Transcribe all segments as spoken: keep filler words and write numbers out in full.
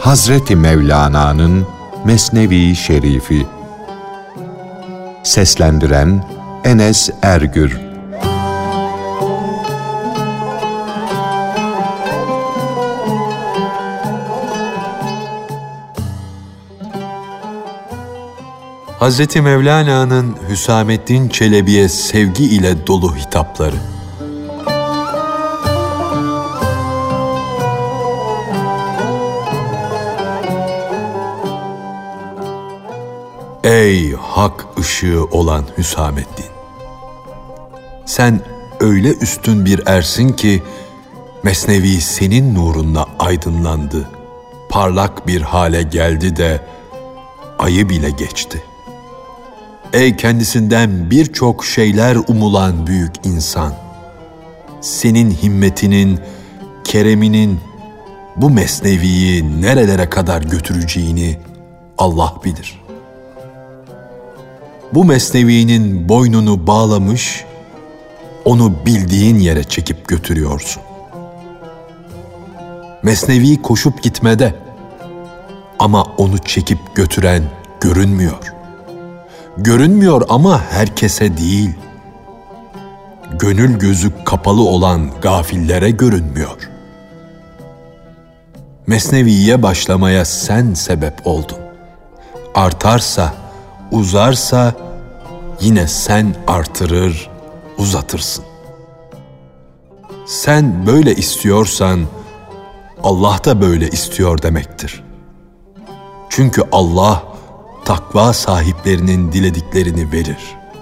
Hazreti Mevlana'nın Mesnevi Şerifi. Seslendiren Enes Ergür. Hazreti Mevlana'nın Hüsamettin Çelebi'ye sevgi ile dolu hitapları. Ey hak ışığı olan Hüsamettin! Sen öyle üstün bir ersin ki, Mesnevi senin nurunla aydınlandı, parlak bir hale geldi de, ayı bile geçti. Ey kendisinden birçok şeyler umulan büyük insan! Senin himmetinin, kereminin bu Mesnevi'yi nerelere kadar götüreceğini Allah bilir. Bu Mesnevi'nin boynunu bağlamış, onu bildiğin yere çekip götürüyorsun. Mesnevi koşup gitmede ama onu çekip götüren görünmüyor. Görünmüyor ama herkese değil. Gönül gözü kapalı olan gafillere görünmüyor. Mesnevi'ye başlamaya sen sebep oldun. Artarsa, uzarsa yine sen artırır, uzatırsın. Sen böyle istiyorsan Allah da böyle istiyor demektir. Çünkü Allah takva sahiplerinin dilediklerini verir.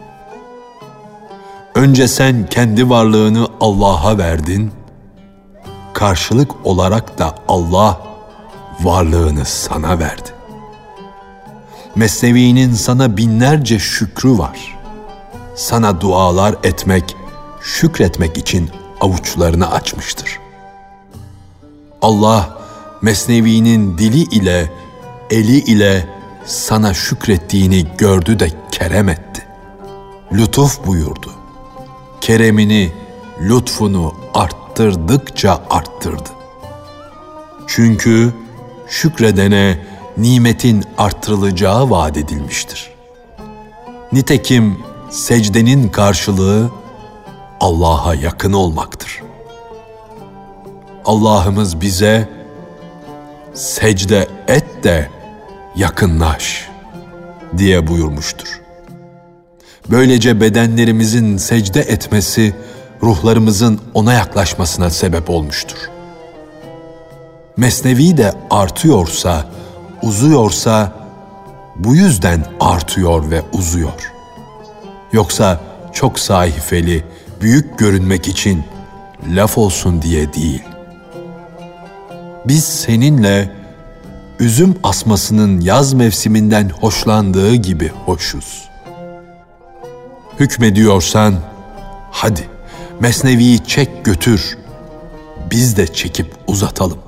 Önce sen kendi varlığını Allah'a verdin, karşılık olarak da Allah varlığını sana verdi. Mesnevi'nin sana binlerce şükrü var. Sana dualar etmek, şükretmek için avuçlarını açmıştır. Allah, Mesnevi'nin dili ile, eli ile sana şükrettiğini gördü de kerem etti. Lütuf buyurdu. Keremini, lütfunu arttırdıkça arttırdı. Çünkü şükredene nimetin arttırılacağı vaat edilmiştir. Nitekim secdenin karşılığı Allah'a yakın olmaktır. Allah'ımız bize secde et de yakınlaş diye buyurmuştur. Böylece bedenlerimizin secde etmesi ruhlarımızın ona yaklaşmasına sebep olmuştur. Mesnevi de artıyorsa, uzuyorsa bu yüzden artıyor ve uzuyor. Yoksa çok sayfeli, büyük görünmek için laf olsun diye değil. Biz seninle üzüm asmasının yaz mevsiminden hoşlandığı gibi hoşuz. Hükmediyorsan hadi Mesnevi'yi çek götür, biz de çekip uzatalım.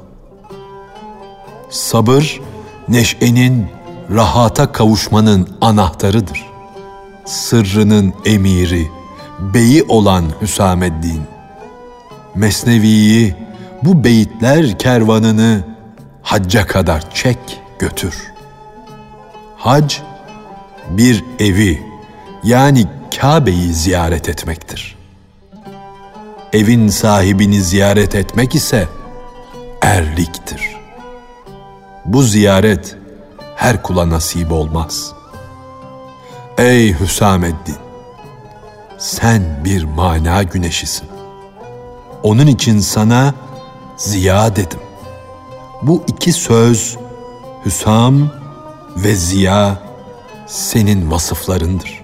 Sabır, neşenin, rahata kavuşmanın anahtarıdır. Sırrının emiri, beyi olan Hüsamettin, Mesnevi'yi, bu beyitler kervanını hacca kadar çek götür. Hac, bir evi yani Kabe'yi ziyaret etmektir. Evin sahibini ziyaret etmek ise erliktir. Bu ziyaret her kula nasip olmaz. Ey Hüsamettin! Sen bir mana güneşisin. Onun için sana ziya dedim. Bu iki söz, Hüsam ve ziya, senin vasıflarındır.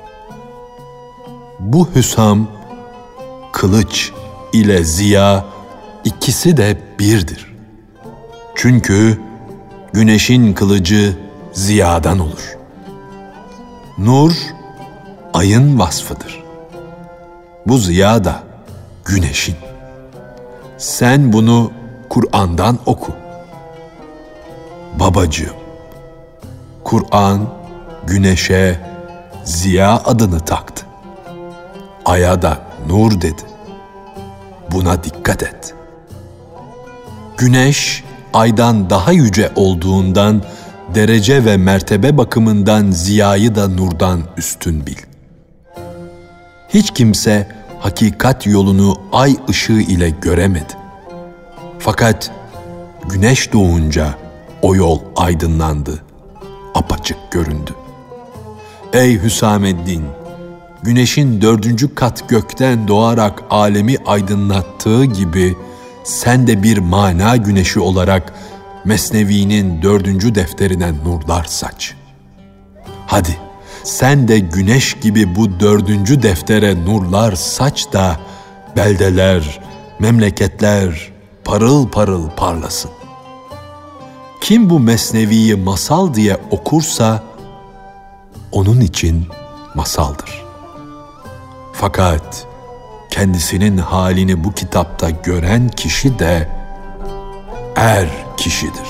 Bu Hüsam, kılıç ile ziya ikisi de birdir. Çünkü güneşin kılıcı ziyadan olur. Nur, ayın vasfıdır. Bu ziya da güneşin. Sen bunu Kur'an'dan oku. Babacığım, Kur'an güneşe ziya adını taktı. Aya da nur dedi. Buna dikkat et. Güneş aydan daha yüce olduğundan, derece ve mertebe bakımından ziyayı da nurdan üstün bil. Hiç kimse hakikat yolunu ay ışığı ile göremedi. Fakat güneş doğunca o yol aydınlandı, apaçık göründü. Ey Hüsameddin! Güneşin dördüncü kat gökten doğarak alemi aydınlattığı gibi, sen de bir mana güneşi olarak Mesnevi'nin dördüncü defterine nurlar saç. Hadi sen de güneş gibi bu dördüncü deftere nurlar saç da beldeler, memleketler parıl parıl parlasın. Kim bu Mesnevi'yi masal diye okursa, onun için masaldır. Fakat kendisinin halini bu kitapta gören kişi de er kişidir.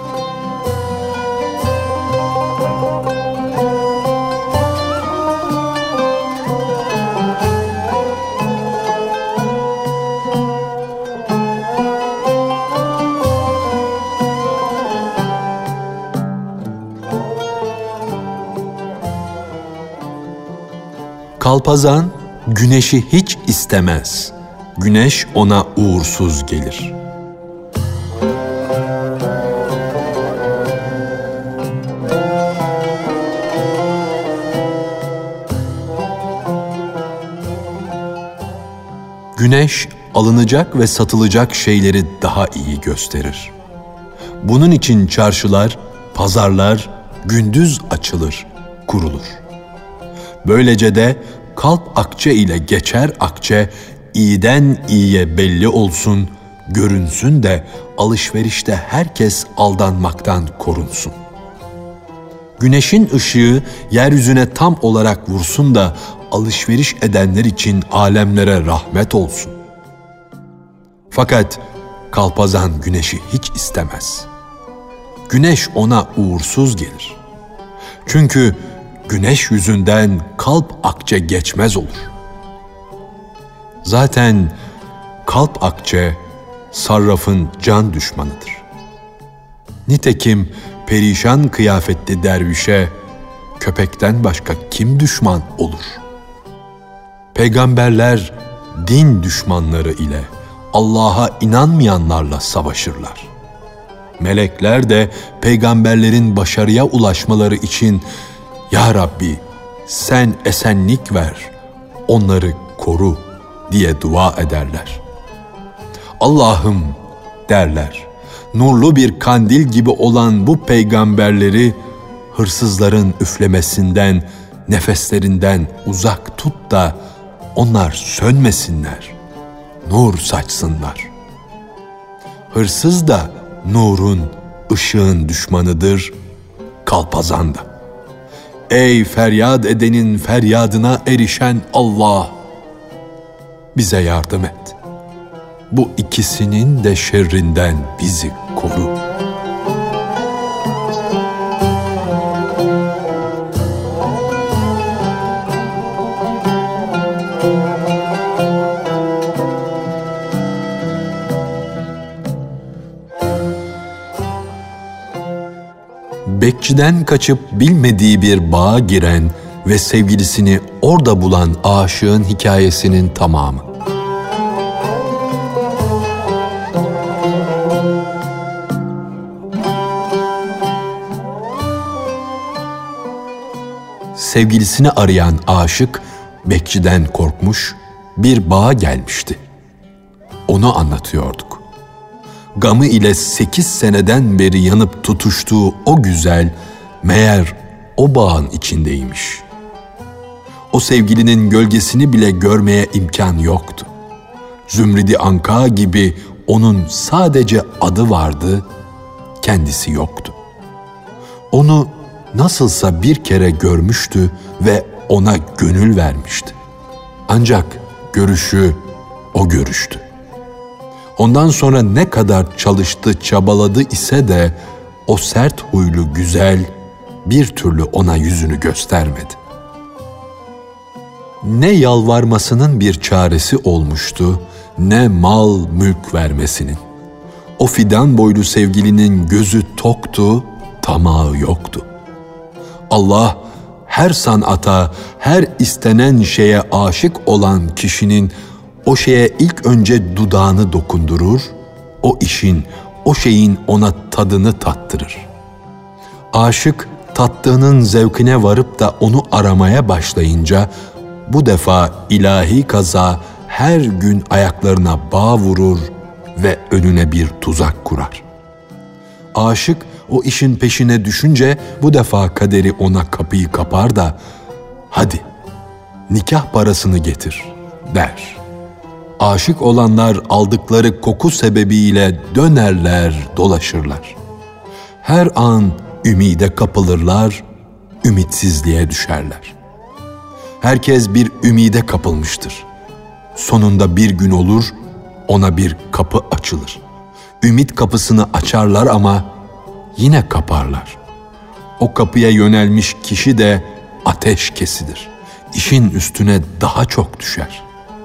Kalpazan güneşi hiç istemez. Güneş ona uğursuz gelir. Güneş alınacak ve satılacak şeyleri daha iyi gösterir. Bunun için çarşılar, pazarlar gündüz açılır, kurulur. Böylece de kalp akçe ile geçer akçe, iyiden iyiye belli olsun, görünsün de alışverişte herkes aldanmaktan korunsun. Güneşin ışığı yeryüzüne tam olarak vursun da alışveriş edenler için alemlere rahmet olsun. Fakat kalpazan güneşi hiç istemez. Güneş ona uğursuz gelir. Çünkü güneş yüzünden kalp akçe geçmez olur. Zaten kalp akçe sarrafın can düşmanıdır. Nitekim perişan kıyafetli dervişe köpekten başka kim düşman olur? Peygamberler din düşmanları ile, Allah'a inanmayanlarla savaşırlar. Melekler de peygamberlerin başarıya ulaşmaları için "Ya Rabbi, sen esenlik ver, onları koru" diye dua ederler. Allah'ım derler, nurlu bir kandil gibi olan bu peygamberleri hırsızların üflemesinden, nefeslerinden uzak tut da onlar sönmesinler, nur saçsınlar. Hırsız da nurun, ışığın düşmanıdır, kalpazan da. Ey feryat edenin feryadına erişen Allah! Bize yardım et. Bu ikisinin de şerrinden bizi koru. Bekçiden kaçıp bilmediği bir bağa giren ve sevgilisini orada bulan aşığın hikayesinin tamamı. Sevgilisini arayan aşık bekçiden korkmuş, bir bağa gelmişti. Onu anlatıyorduk. Gamı ile sekiz seneden beri yanıp tutuştuğu o güzel, meğer o bağın içindeymiş. O sevgilinin gölgesini bile görmeye imkan yoktu. Zümrüt-i Anka gibi onun sadece adı vardı, kendisi yoktu. Onu nasılsa bir kere görmüştü ve ona gönül vermişti. Ancak görüşü o görüştü. Ondan sonra ne kadar çalıştı, çabaladı ise de o sert huylu güzel bir türlü ona yüzünü göstermedi. Ne yalvarmasının bir çaresi olmuştu, ne mal mülk vermesinin. o fidan boylu sevgilinin gözü toktu, tamağı yoktu. Allah her sanata, her istenen şeye aşık olan kişinin o şeye ilk önce dudağını dokundurur, o işin, o şeyin ona tadını tattırır. Aşık tattığının zevkine varıp da onu aramaya başlayınca bu defa ilahi kaza her gün ayaklarına bağ vurur ve önüne bir tuzak kurar. Aşık o işin peşine düşünce bu defa kaderi ona kapıyı kapar da hadi nikah parasını getir der. Aşık olanlar aldıkları koku sebebiyle dönerler, dolaşırlar. Her an ümide kapılırlar, ümitsizliğe düşerler. Herkes bir ümide kapılmıştır. Sonunda bir gün olur, ona bir kapı açılır. Ümit kapısını açarlar ama yine kaparlar. O kapıya yönelmiş kişi de ateşkesidir. İşin üstüne daha çok düşer.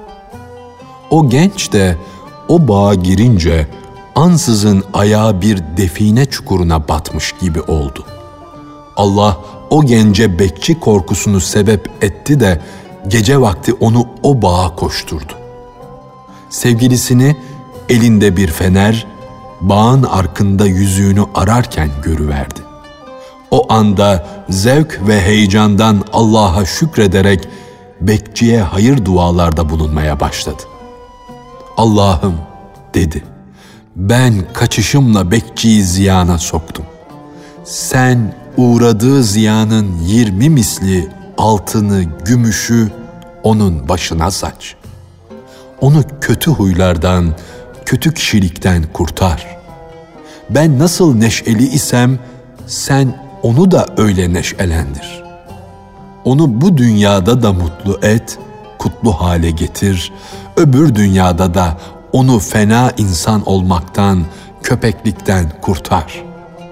O genç de o bağa girince ansızın ayağı bir define çukuruna batmış gibi oldu. Allah o gence bekçi korkusunu sebep etti de gece vakti onu o bağa koşturdu. Sevgilisini elinde bir fener, bağın arkında yüzüğünü ararken görüverdi. O anda zevk ve heyecandan Allah'a şükrederek bekçiye hayır dualarda bulunmaya başladı. Allah'ım dedi, ben kaçışımla bekçiyi ziyana soktum. Sen uğradığı ziyanın yirmi misli altını, gümüşü onun başına saç. Onu kötü huylardan, kötü kişilikten kurtar. Ben nasıl neşeli isem, sen onu da öyle neşelendir. Onu bu dünyada da mutlu et, kutlu hale getir. Öbür dünyada da onu fena insan olmaktan, köpeklikten kurtar.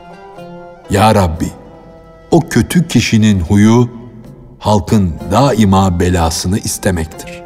Ya Rabbi, o kötü kişinin huyu, halkın daima belasını istemektir.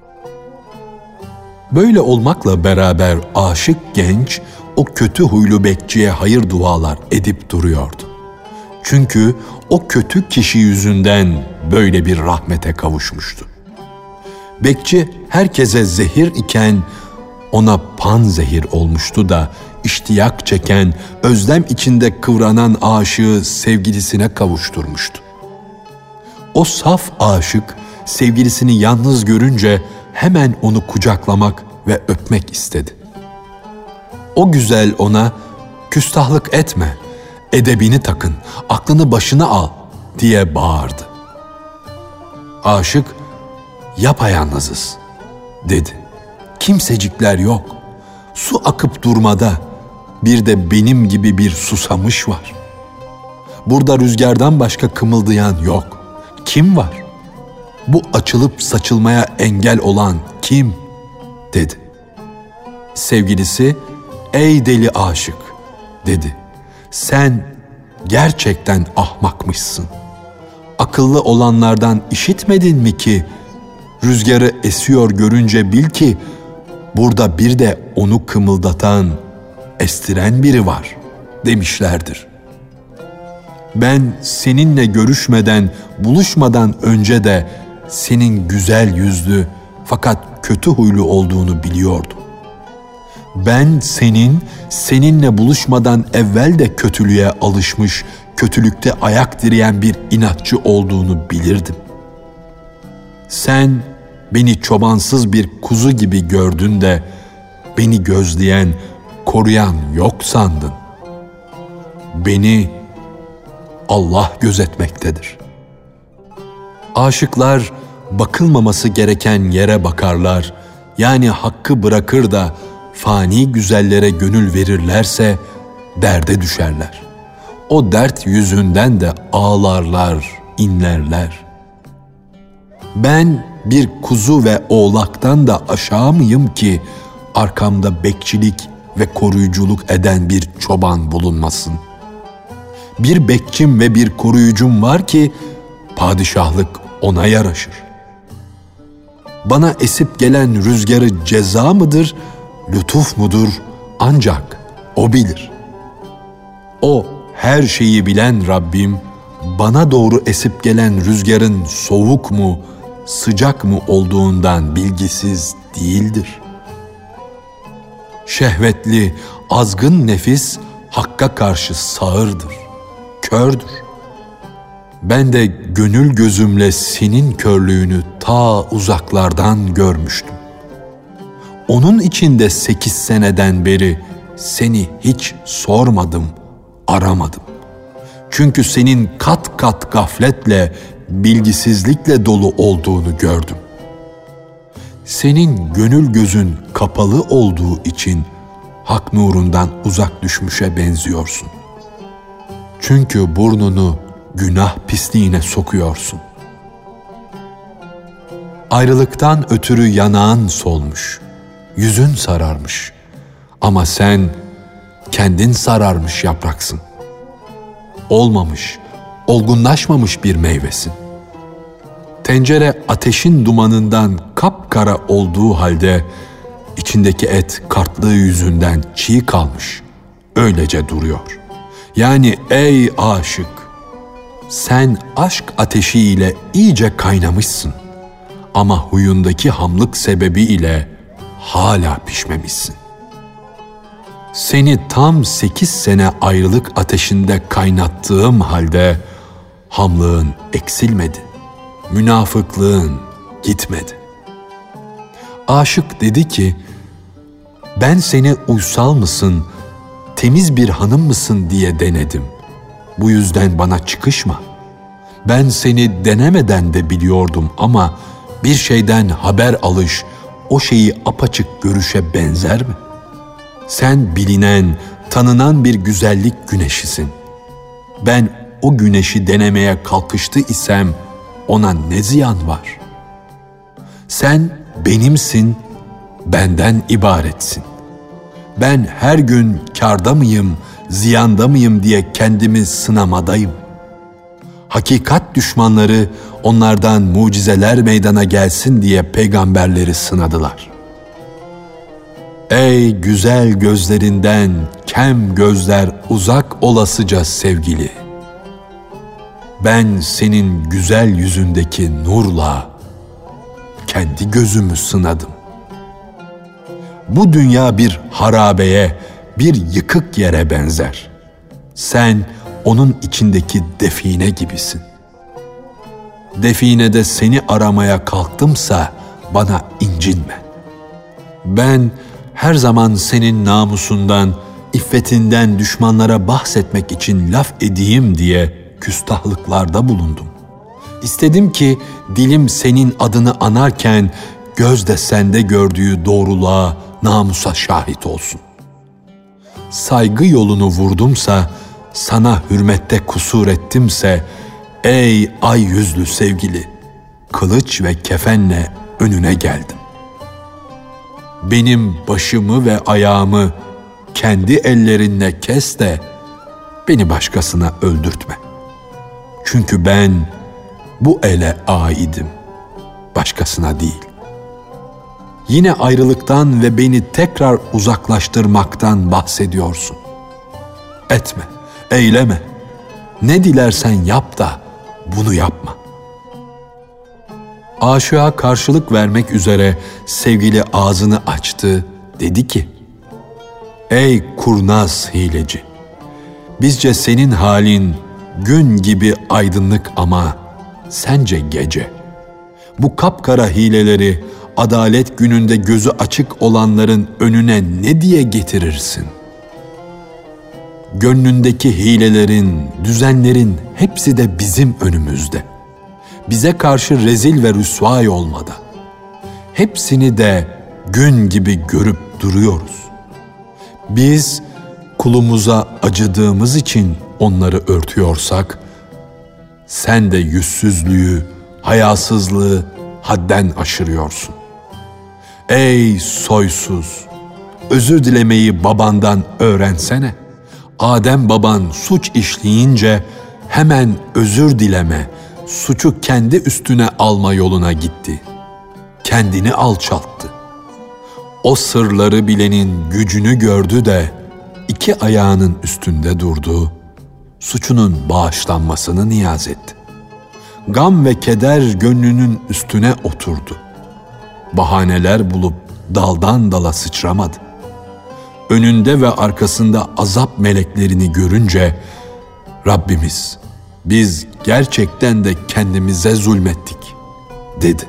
Böyle olmakla beraber aşık genç, o kötü huylu bekçiye hayır dualar edip duruyordu. Çünkü o kötü kişi yüzünden böyle bir rahmete kavuşmuştu. Bekçi herkese zehir iken ona pan zehir olmuştu da iştiyak çeken, özlem içinde kıvranan aşığı sevgilisine kavuşturmuştu. O saf aşık sevgilisini yalnız görünce hemen onu kucaklamak ve öpmek istedi. O güzel ona küstahlık etme, edebini takın, aklını başına al diye bağırdı. Aşık yapayalnızız dedi. Kimsecikler yok. Su akıp durmada. Bir de benim gibi bir susamış var. Burada rüzgardan başka kımıldayan yok. Kim var? Bu açılıp saçılmaya engel olan kim? Dedi. Sevgilisi, ey deli aşık dedi. Sen gerçekten ahmakmışsın. Akıllı olanlardan işitmedin mi ki, rüzgarı esiyor görünce bil ki, burada bir de onu kımıldatan, estiren biri var demişlerdir. Ben seninle görüşmeden, buluşmadan önce de senin güzel yüzlü fakat kötü huylu olduğunu biliyordum. Ben senin, seninle buluşmadan evvel de kötülüğe alışmış, kötülükte ayak direyen bir inatçı olduğunu bilirdim. Sen beni çobansız bir kuzu gibi gördün de beni gözleyen, koruyan yok sandın. Beni Allah gözetmektedir. Aşıklar bakılmaması gereken yere bakarlar, yani hakkı bırakır da fani güzellere gönül verirlerse derde düşerler. O dert yüzünden de ağlarlar, inlerler. Ben bir kuzu ve oğlaktan da aşağı mıyım ki arkamda bekçilik ve koruyuculuk eden bir çoban bulunmasın? Bir bekçim ve bir koruyucum var ki padişahlık ona yaraşır. Bana esip gelen rüzgarı ceza mıdır, lütuf mudur ancak O bilir. O her şeyi bilen Rabbim, bana doğru esip gelen rüzgarın soğuk mu, sıcak mı olduğundan bilgisiz değildir. Şehvetli, azgın nefis Hakk'a karşı sağırdır, kördür. Ben de gönül gözümle senin körlüğünü ta uzaklardan görmüştüm. Onun içinde sekiz seneden beri seni hiç sormadım, aramadım. Çünkü senin kat kat gafletle, bilgisizlikle dolu olduğunu gördüm. Senin gönül gözün kapalı olduğu için hak nurundan uzak düşmüşe benziyorsun. Çünkü burnunu günah pisliğine sokuyorsun. Ayrılıktan ötürü yanağın solmuş, yüzün sararmış. Ama sen kendin sararmış yapraksın. Olmamış, olgunlaşmamış bir meyvesin. Tencere ateşin dumanından kapkara olduğu halde içindeki et kartlığı yüzünden çiğ kalmış, öylece duruyor. Yani ey aşık, sen aşk ateşiyle iyice kaynamışsın ama huyundaki hamlık sebebiyle hala pişmemişsin. Seni tam sekiz sene ayrılık ateşinde kaynattığım halde hamlığın eksilmedi, münafıklığın gitmedi. Aşık dedi ki, ben seni uysal mısın, temiz bir hanım mısın diye denedim. Bu yüzden bana çıkışma. Ben seni denemeden de biliyordum ama bir şeyden haber alış, o şeyi apaçık görüşe benzer mi? Sen bilinen, tanınan bir güzellik güneşisin. Ben o güneşi denemeye kalkıştı isem ona ne ziyan var? Sen benimsin, benden ibaretsin. Ben her gün kârda mıyım, ziyanda mıyım diye kendimi sınamadayım. Hakikat düşmanları onlardan mucizeler meydana gelsin diye peygamberleri sınadılar. Ey güzel gözlerinden kem gözler uzak olasıca sevgili. Ben senin güzel yüzündeki nurla kendi gözümü sınadım. Bu dünya bir harabeye, bir yıkık yere benzer. Sen onun içindeki define gibisin. Definede seni aramaya kalktımsa bana incinme. Ben her zaman senin namusundan, iffetinden düşmanlara bahsetmek için laf edeyim diye küstahlıklarda bulundum. İstedim ki dilim senin adını anarken göz de sende gördüğü doğruluğa, namusa şahit olsun. Saygı yolunu vurdumsa, sana hürmette kusur ettimse, ey ay yüzlü sevgili, kılıç ve kefenle önüne geldim. Benim başımı ve ayağımı kendi ellerinle kes de beni başkasına öldürtme. Çünkü ben bu ele aidim, başkasına değil. Yine ayrılıktan ve beni tekrar uzaklaştırmaktan bahsediyorsun. Etme, eyleme. Ne dilersen yap da bunu yapma. Aşığa karşılık vermek üzere sevgili ağzını açtı, dedi ki, ey kurnaz hileci! Bizce senin halin gün gibi aydınlık ama sence gece. Bu kapkara hileleri adalet gününde gözü açık olanların önüne ne diye getirirsin? Gönlündeki hilelerin, düzenlerin hepsi de bizim önümüzde. Bize karşı rezil ve rüsvay olmada. Hepsini de gün gibi görüp duruyoruz. Biz kulumuza acıdığımız için onları örtüyorsak, sen de yüzsüzlüğü, hayasızlığı hadden aşırıyorsun. Ey soysuz! Özür dilemeyi babandan öğrensene. Adem baban suç işleyince hemen özür dileme, suçu kendi üstüne alma yoluna gitti. Kendini alçalttı. O sırları bilenin gücünü gördü de iki ayağının üstünde durdu, suçunun bağışlanmasını niyaz etti. Gam ve keder gönlünün üstüne oturdu. Bahaneler bulup daldan dala sıçramadı. Önünde ve arkasında azap meleklerini görünce, Rabbimiz, biz gerçekten de kendimize zulmettik, dedi.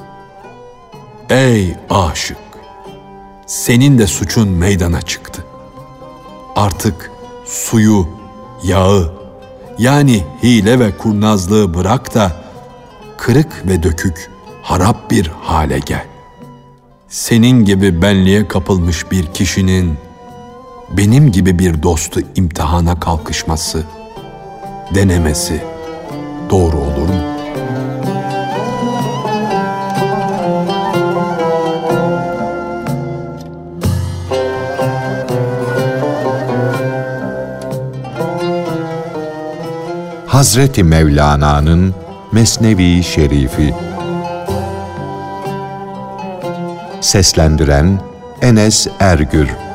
Ey aşık! Senin de suçun meydana çıktı. Artık suyu, yağı, yani hile ve kurnazlığı bırak da kırık ve dökük, harap bir hale gel. Senin gibi benliğe kapılmış bir kişinin benim gibi bir dostu imtihana kalkışması, denemesi doğru olur mu? Hazreti Mevlana'nın Mesnevi Şerifi. Seslendiren Enes Ergür.